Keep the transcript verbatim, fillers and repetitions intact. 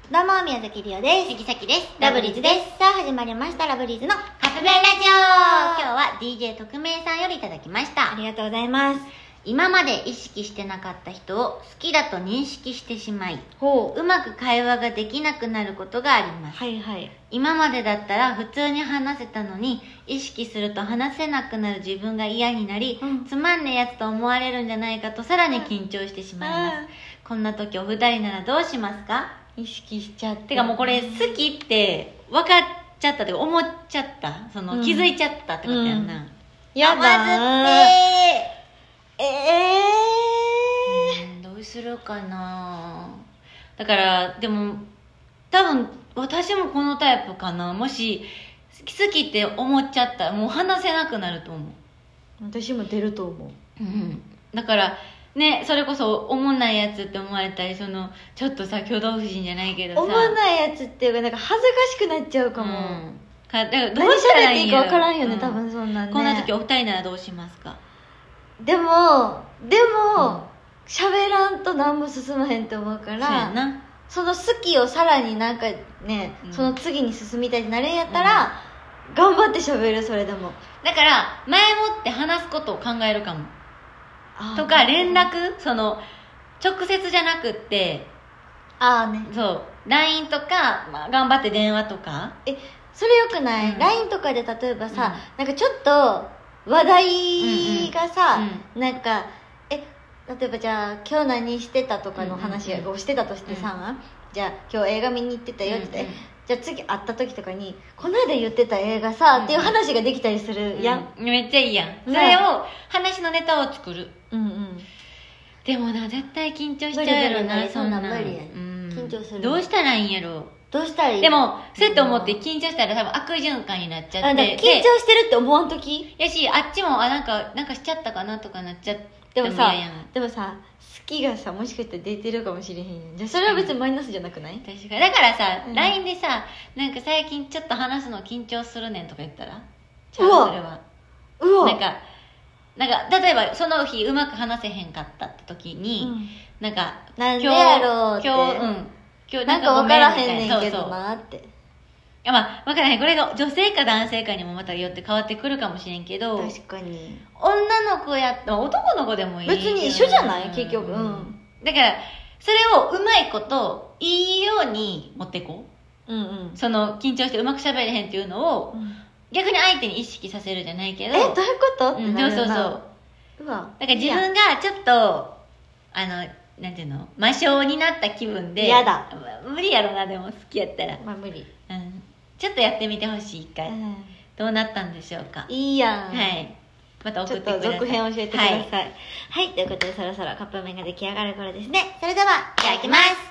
どうも、宮崎りおです。 杉崎です。 ラブリーズです。さあ、始まりました、ラブリーズのカップ麺ラジオ。今日は ディージェー 特命さんよりいただきました。 ありがとうございます。 今まで意識してなかった人を好きだと認識してしまい、 ほう。 うまく会話ができなくなることがあります。 はいはい。 今までだったら普通に話せたのに、意識すると話せなくなる自分が嫌になり、うん、つまんねえやつと思われるんじゃないかとさらに緊張してしまいます。うん、こんな時お二人ならどうしますか？ 意識しちゃって。 てかもうこれ好きって分かっちゃったって思っちゃった。その、うん、気づいちゃったってことやんな。うん、 やだー。 甘酸っぱい。 ええー、どうするかな。だからでも多分私もこのタイプかな。もし好きって思っちゃったらもう話せなくなると思う。 私も出ると思う。 うん、だからね、それこそおもんないやつって思われたり、そのちょっとさ挙動不審じゃないけどさ、 おもんないやつっていうかなんか恥ずかしくなっちゃうかも。うん、 かだからどうしたらいいんやろ。 何喋っていいか分からんよね、うん、多分そんなんね。 こんな時お二人ならどうしますか？ でもでも喋、うん、らんと何も進まへんって思うから、そうやな。その好きをさらになんかね、うん、その次に進みたいってなるんやったら、うん、頑張って喋る。それでもだから前もって話すことを考えるかも。とか連絡、その直接じゃなくってああね、 そう ライン とか、まあ、頑張って電話とか。 えそれよくない、うん、ライン とかで例えばさ、うん、なんかちょっと話題がさ、うんうん、なんかえ例えばじゃあ今日何してたとかの話をしてたとしてさ、うんうん、じゃあ今日映画見に行ってたよって言って、うんうん、じゃあ次会った時とかにこの間言ってた映画さ、うん、っていう話ができたりするやん、 うん、めっちゃいいやん、それを話のネタを作る。うんうん。でもな絶対緊張しちゃうやろな。 そんなん無理やん、うん、緊張する。 どうしたらいいんやろ。 どうしたらいい。 でもそうやって思って緊張したら多分悪循環になっちゃって、 あ緊張してるって思わんときやし、あっちもあなんかなんかしちゃったかなとかなっちゃってでもさでもさ好きがさもしかしたら出てるかもしれへんやん。じゃあそれは別にマイナスじゃなくない？ 確かに。だからさ、うん、ライン でさなんか最近ちょっと話すの緊張するねんとか言ったらちゃう。それはうわなんかなんか例えばその日うまく話せへんかったって時に、うん、なんかなんでやろうって今日、うん、今日なんか分からへんねんけどなって。そうそう、いやまあ分からへん。これが女性か男性かにもまたよって変わってくるかもしれんけど、 確かに女の子やったら男の子でもいい別に一緒じゃない、うん、結局、うん、 だからそれをうまいこといいように持っていこう、うんうん、その緊張してうまくしゃべれへんっていうのを、うん、逆に相手に意識させるじゃないけど、 えどういうこと、 うん、そうそうそう。うわだから自分がちょっとあのなんていうの魔性になった気分でやだ、 まあ、無理やろな。でも好きやったらまあ無理、 うん、ちょっとやってみてほしい一回、うん、どうなったんでしょうか。 いいやん。 はい、また送ってください。 ちょっと続編教えてください。はい、 はい、 ということでそろそろカップ麺が出来上がる頃ですね。それではいただきます。